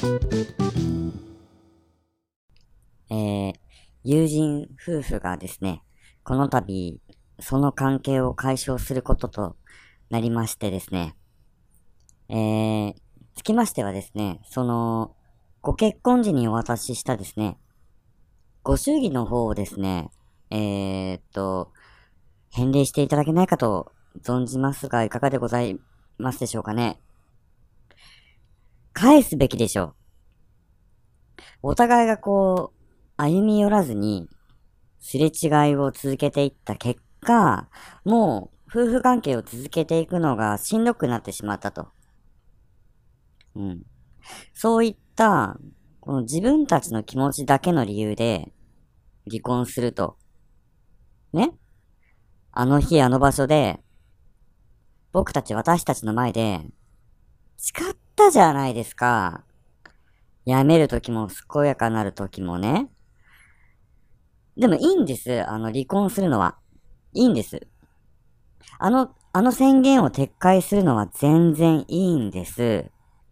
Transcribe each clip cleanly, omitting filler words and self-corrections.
友人夫婦がですね、この度、その関係を解消することとなりましてですね、えー、つきましてはですね、ご結婚時にお渡ししたですね、ご祝儀の方をですね、返礼していただけないかと存じますが、いかがでございますでしょうかね。返すべきでしょう。お互いが歩み寄らずに、すれ違いを続けていった結果、もう夫婦関係を続けていくのがしんどくなってしまったと。うん。そういった、この自分たちの気持ちだけの理由で離婚すると。ね、あの日あの場所で、私たちの前で、誓ったじゃないですか。辞める時も健やかなる時もね。でもいいんです。離婚するのは。いいんです。あの宣言を撤回するのは全然いいんです。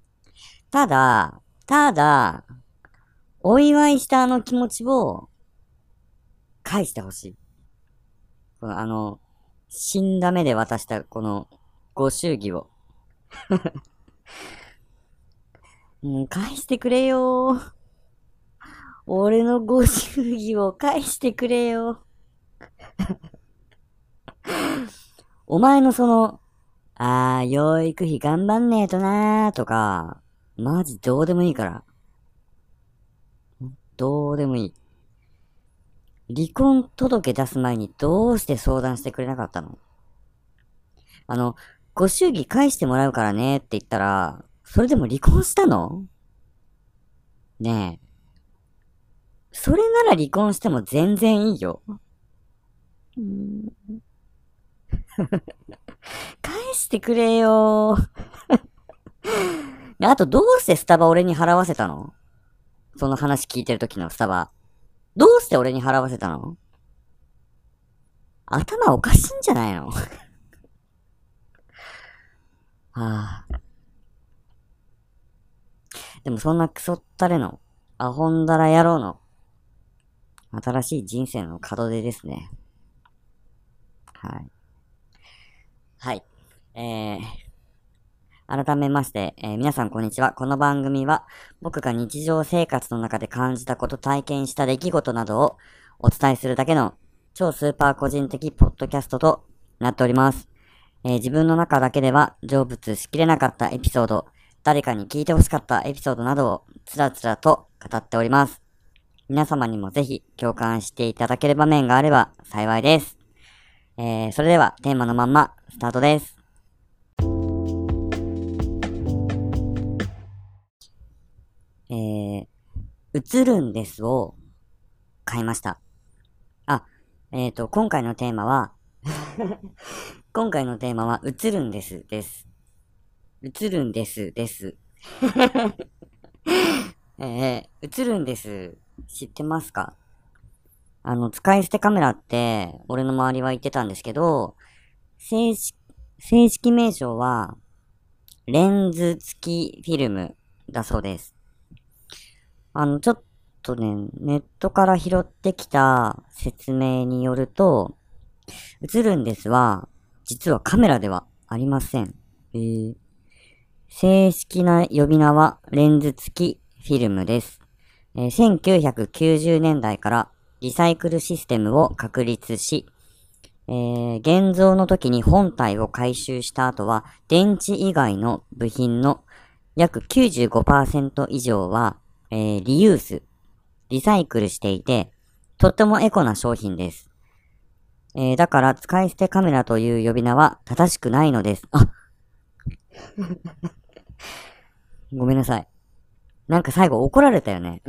ただ、お祝いしたあの気持ちを返してほしい。この死んだ目で渡したこのご祝儀を。もう返してくれよ。俺のご祝儀を返してくれよ。お前の養育費頑張んねえとなーとか、マジどうでもいいから。どうでもいい。離婚届出す前にどうして相談してくれなかったの？あの、ご祝儀返してもらうからねって言ったら、それでも離婚したの？ねえ。それなら離婚しても全然いいよ。返してくれよ。あと、どうしてスタバ俺に払わせたの？その話聞いてる時のスタバ。どうして俺に払わせたの？頭おかしいんじゃないの？はあ。でもそんなクソったれの、アホンダラ野郎の、新しい人生の門出ですね。はい。はい。え改めまして、皆さんこんにちは。この番組は僕が日常生活の中で感じたこと、体験した出来事などをお伝えするだけの超スーパー個人的ポッドキャストとなっております。自分の中だけでは成仏しきれなかったエピソード、誰かに聞いてほしかったエピソードなどをつらつらと語っております。皆様にもぜひ共感していただける場面があれば幸いです。それではテーマのまんまスタートです。映るんですを買いました。あ、今回のテーマは映るんですです。映るんですです。映るんです。知ってますか？使い捨てカメラって、俺の周りは言ってたんですけど、正式、正式名称は、レンズ付きフィルムだそうです。ちょっとね、ネットから拾ってきた説明によると、映るんですは、実はカメラではありません。正式な呼び名はレンズ付きフィルムです。1990年代からリサイクルシステムを確立し、現像の時に本体を回収した後は、電池以外の部品の約95%以上は、リユース、リサイクルしていて、とってもエコな商品です。だから使い捨てカメラという呼び名は正しくないのです。あ、ごめんなさい。なんか最後怒られたよね。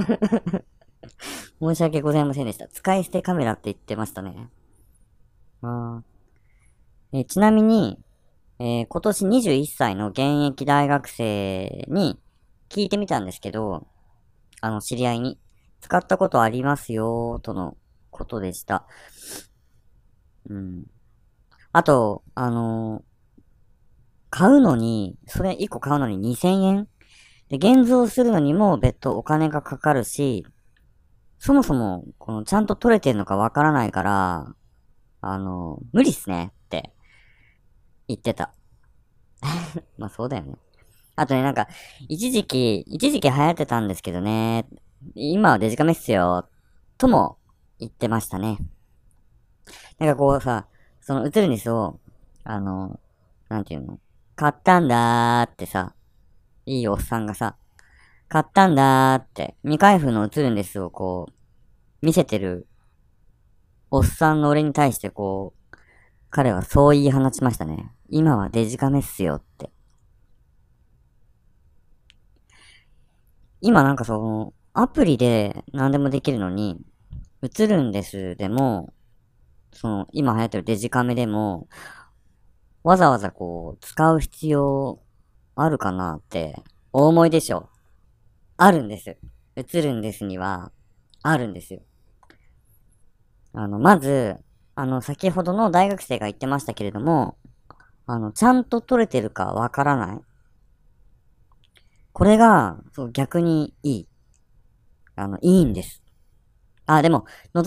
申し訳ございませんでした。使い捨てカメラって言ってましたね。あちなみに、今年21歳の現役大学生に聞いてみたんですけど、知り合いに、使ったことありますよ、とのことでした。うん。あと、買うのに、それ1個買うのに2000円で、現像するのにも別途お金がかかるし、そもそも、ちゃんと撮れてるのかわからないから、無理っすねって言ってた。まあそうだよね。あとね、なんか、一時期流行ってたんですけどね、今はデジカメっすよ、とも言ってましたね。なんかこうさ、その映るんですよ。なんていうの、買ったんだーってさ、いいおっさんがさ、買ったんだーって、未開封の映るんですをこう、見せてるおっさんの俺に対してこう、彼はそう言い放ちましたね。今はデジカメっすよって。今なんかその、アプリで何でもできるのに、映るんですでも、その、今流行ってるデジカメでも、わざわざこう、使う必要あるかなって、お思いでしょ。あるんです。映るんですには、あるんですよ。まず、先ほどの大学生が言ってましたけれども、ちゃんと撮れてるかわからない。これが、そう、逆にいい。いいんです。あ、でも、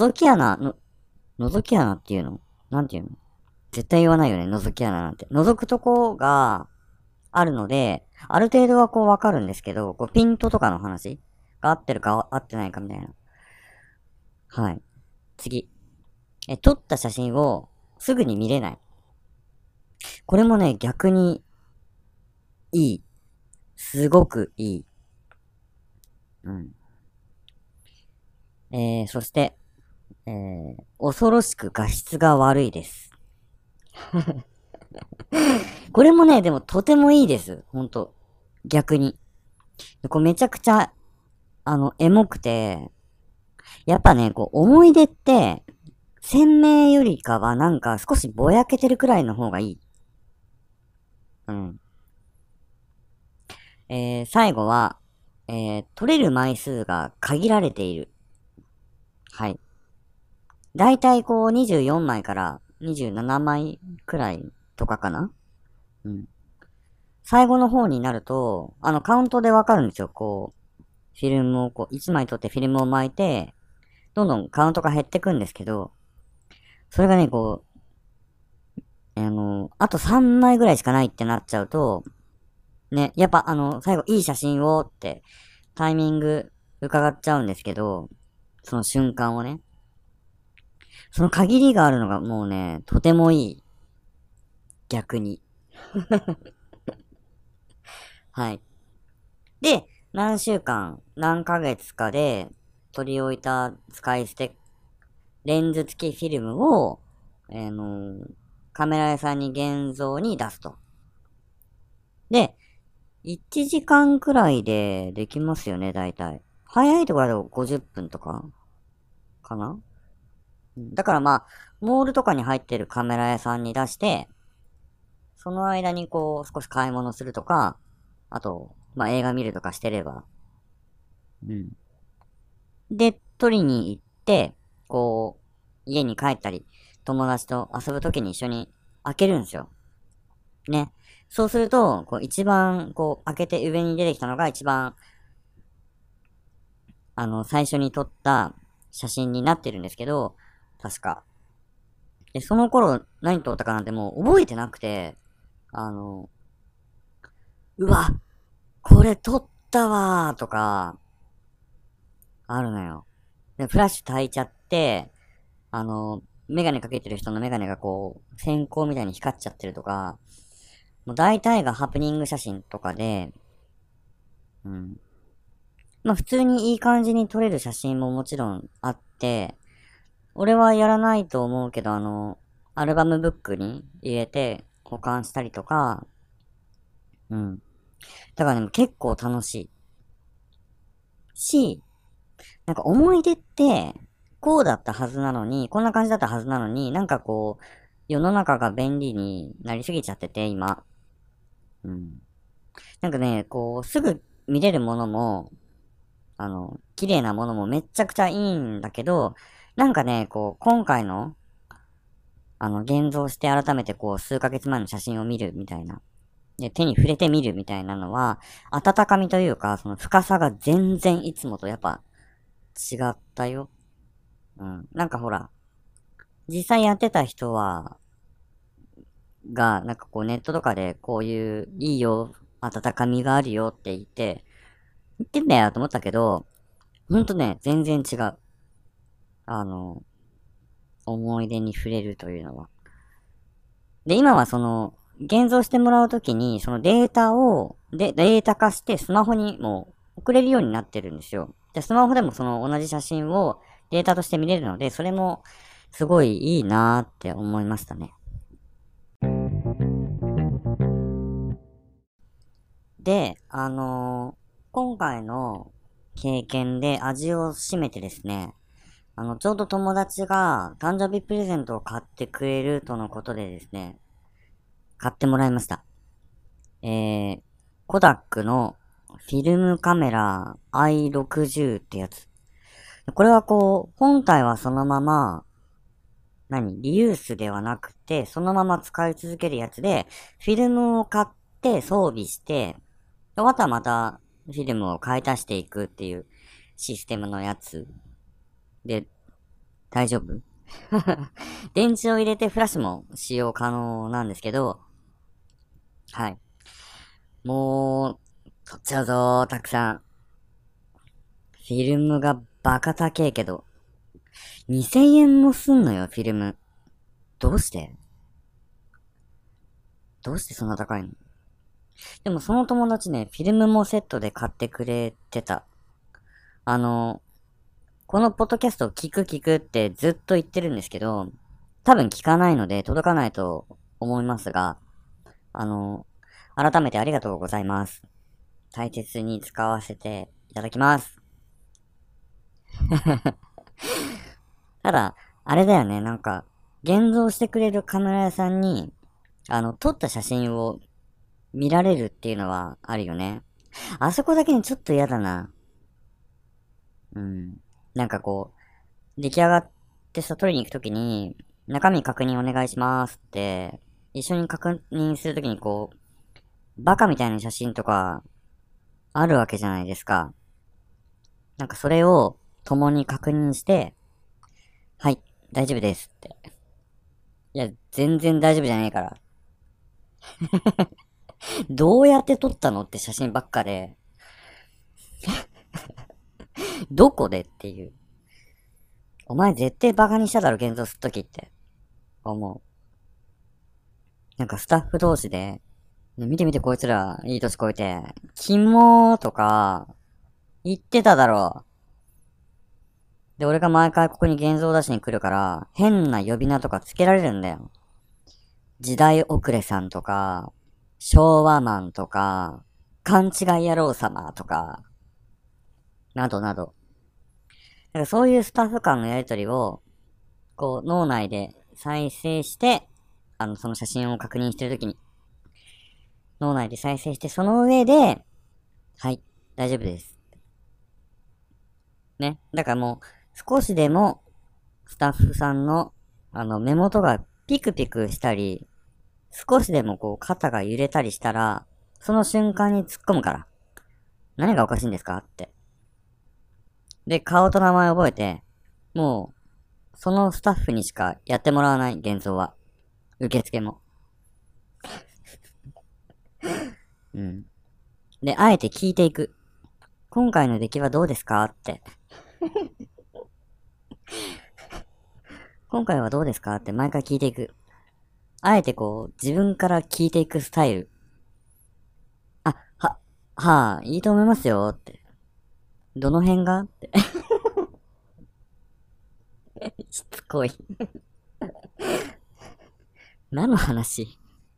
覗き穴っていうのなんていうの絶対言わないよね、覗き穴なんて。覗くとこがあるので、ある程度はこうわかるんですけど、こうピントとかの話が合ってるか合ってないかみたいな。はい。次。撮った写真をすぐに見れない。これもね、逆にいい。すごくいい。うん。そして、恐ろしく画質が悪いです。これもね、でもとてもいいです。ほんと。逆に。こうめちゃくちゃ、エモくて、やっぱね、こう思い出って、鮮明よりかはなんか少しぼやけてるくらいの方がいい。うん。最後は、取れる枚数が限られている。はい。だいたいこう24枚から27枚くらいとかかな。うん。最後の方になると、カウントでわかるんですよ。こう、フィルムをこう、1枚取ってフィルムを巻いて、どんどんカウントが減ってくんですけど、それがね、こう、あと3枚ぐらいしかないってなっちゃうと、ね、やっぱ最後いい写真をってタイミング伺っちゃうんですけど、その瞬間をね。その限りがあるのがもうね、とてもいい。逆に。はい。で、何週間、何ヶ月かで取り置いた使い捨てレンズ付きフィルムを、カメラ屋さんに現像に出すと。で、1時間くらいでできますよね、だいたい。早いところだと50分とかかな。だからまあ、モールとかに入ってるカメラ屋さんに出して、その間にこう、少し買い物するとか、あと、まあ映画見るとかしてれば。うん。で、取りに行って、こう、家に帰ったり、友達と遊ぶときに一緒に開けるんですよ。ね。そうすると、こう一番、こう、開けて上に出てきたのが一番、最初に撮った写真になってるんですけど、確か。で、その頃何撮ったかなんてもう覚えてなくて、あの、うわ、これ撮ったわーとか、あるのよ。で、フラッシュ焚いちゃって、メガネかけてる人のメガネがこう、閃光みたいに光っちゃってるとか、もう大体がハプニング写真とかで、うん。まあ普通にいい感じに撮れる写真ももちろんあって、俺はやらないと思うけど、アルバムブックに入れて保管したりとか、うん。だからね、結構楽しい。し、なんか思い出って、こうだったはずなのに、こんな感じだったはずなのに、なんかこう、世の中が便利になりすぎちゃってて、今。うん。なんかね、こう、すぐ見れるものも、綺麗なものもめっちゃくちゃいいんだけど、なんかね、こう、今回の、現像して改めてこう、数ヶ月前の写真を見るみたいな。 で、手に触れてみるみたいなのは、温かみというか、その深さが全然いつもとやっぱ違ったよ。うん。なんかほら、実際やってた人なんかこうネットとかでこういういいよ、温かみがあるよって言ってんだよと思ったけど、ほんとね、全然違う。あの、思い出に触れるというのは。で、今は現像してもらうときに、そのデータ化してスマホにもう送れるようになってるんですよ。で、スマホでもその同じ写真をデータとして見れるので、それもすごいいいなーって思いましたね。で、今回の経験で味を占めてですね、ちょうど友達が誕生日プレゼントを買ってくれるとのことでですね、買ってもらいました。コダックのフィルムカメラ i60 ってやつ。これはこう、本体はそのまま、リユースではなくて、そのまま使い続けるやつで、フィルムを買って装備して、あとはまたフィルムを買い足していくっていうシステムのやつで、大丈夫電池を入れてフラッシュも使用可能なんですけど、はい。もう、取っちゃうぞー、たくさん。フィルムがバカ高えけど。2000円もすんのよ、フィルム。どうしてどうしてそんな高いの？でもその友達ね、フィルムもセットで買ってくれてた。あの、このポッドキャストを聞くってずっと言ってるんですけど、多分聞かないので届かないと思いますが、あの、改めてありがとうございます。大切に使わせていただきます。ただ、あれだよね、なんか、現像してくれるカメラ屋さんに、撮った写真を見られるっていうのはあるよね。あそこだけにちょっと嫌だな。うん。なんかこ出来上がってさ、取りに行くときに、中身確認お願いしますって、一緒に確認するときにバカみたいな写真とか、あるわけじゃないですか。なんかそれを共に確認して、はい、大丈夫ですって。いや、全然大丈夫じゃないから。どうやって撮ったのって写真ばっかで、どこでっていう。お前絶対バカにしただろ、現像するときって。思う。なんかスタッフ同士で、ね見て見てこいつら、いい年こいて、キモーとか、言ってただろ。で、俺が毎回ここに現像出しに来るから、変な呼び名とかつけられるんだよ。時代遅れさんとか、昭和マンとか、勘違い野郎様とか、などなど。だからそういうスタッフ間のやりとりを、脳内で再生して、その写真を確認してるときに、脳内で再生して、その上で、はい、大丈夫です。ね。だからもう、少しでも、スタッフさんの、目元がピクピクしたり、少しでも肩が揺れたりしたら、その瞬間に突っ込むから。何がおかしいんですかって。で、顔と名前覚えて、もう、そのスタッフにしかやってもらわない、現像は。受付も。うん。で、あえて聞いていく。今回の出来はどうですかって。今回はどうですかって毎回聞いていく。あえて自分から聞いていくスタイル。あ、はあ、いいと思いますよって。どの辺がって。しつこい。何の話？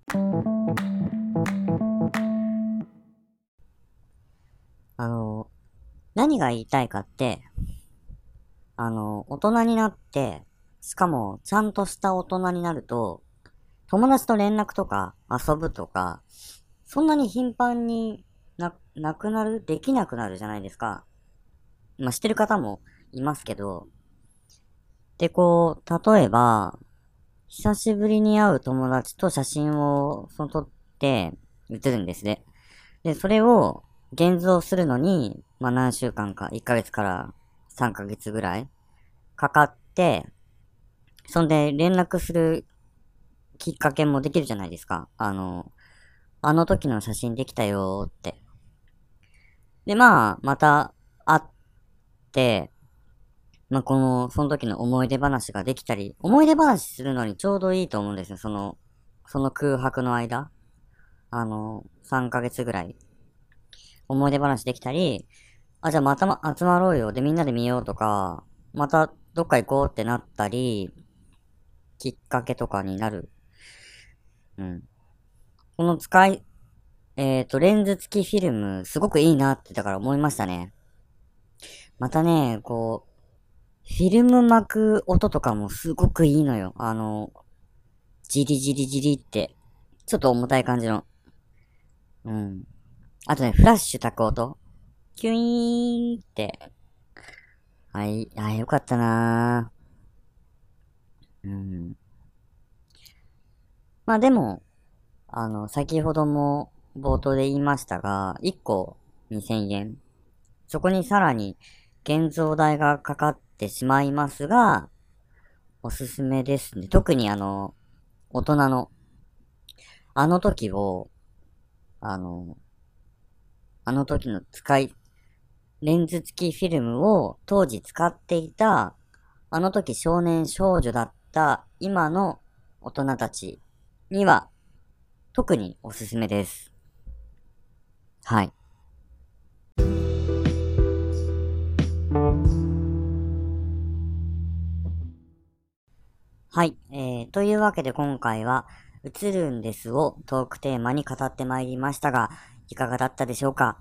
あの、何が言いたいかって、大人になって、しかも、ちゃんとした大人になると、友達と連絡とか遊ぶとか、そんなに頻繁になくなるできなくなるじゃないですか。まあ、してる方もいますけど、で、例えば、久しぶりに会う友達と写真を撮って、 映るんですね。で、それを現像するのに、まあ何週間か、1ヶ月から3ヶ月ぐらいかかって、そんで連絡するきっかけもできるじゃないですか。あの時の写真できたよーって。で、まあ、また会って、まあ、その時の思い出話ができたり、思い出話するのにちょうどいいと思うんですよ。その空白の間。3ヶ月ぐらい。思い出話できたり、あ、じゃあ集まろうよ。で、みんなで見ようとか、またどっか行こうってなったり、きっかけとかになる。うん。このレンズ付きフィルム、すごくいいなってだから思いましたね。またね、フィルム巻く音とかもすごくいいのよ。ジリジリジリって、ちょっと重たい感じの。うん。あとね、フラッシュ焚く音。キュイーンって。よかったなー。うん。まあでも、先ほども冒頭で言いましたが、1個2000円。そこにさらに現像代がかかってしまいますが、おすすめですね。特に大人の、あの時を、あの、あの時のレンズ付きフィルムを当時使っていた、あの時少年少女だった今の大人たちには特におすすめです。はい。はい。というわけで今回は、映るんですをトークテーマに語ってまいりましたが、いかがだったでしょうか？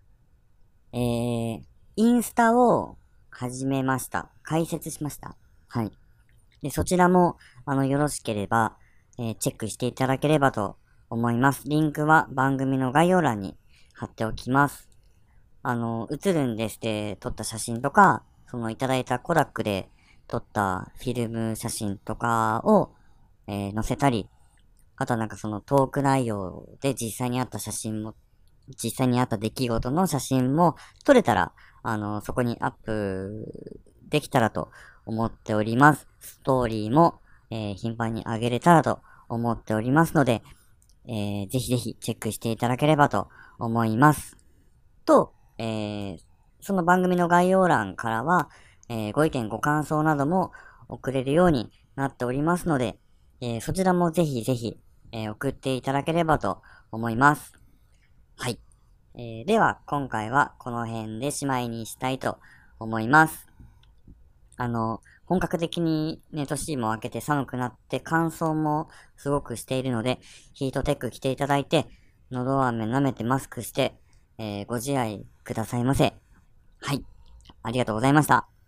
インスタを始めました。開設しました。はい。で、そちらも、よろしければ、チェックしていただければと思います。リンクは番組の概要欄に貼っておきます。映るんですで撮った写真とか、いただいたコダックで撮ったフィルム写真とかを、載せたり、あとはなんかそのトーク内容で実際にあった出来事の写真も撮れたら、そこにアップできたらと思っております。ストーリーも、頻繁に上げれたらと思っておりますので、ぜひぜひチェックしていただければと思います。と、その番組の概要欄からは、ご意見ご感想なども送れるようになっておりますので、そちらもぜひぜひ、送っていただければと思います。はい。では、今回はこの辺でしまいにしたいと思います。本格的にね、年も明けて寒くなって乾燥もすごくしているので、ヒートテック着ていただいて、喉飴舐めてマスクして、ご自愛くださいませ。はい。ありがとうございました。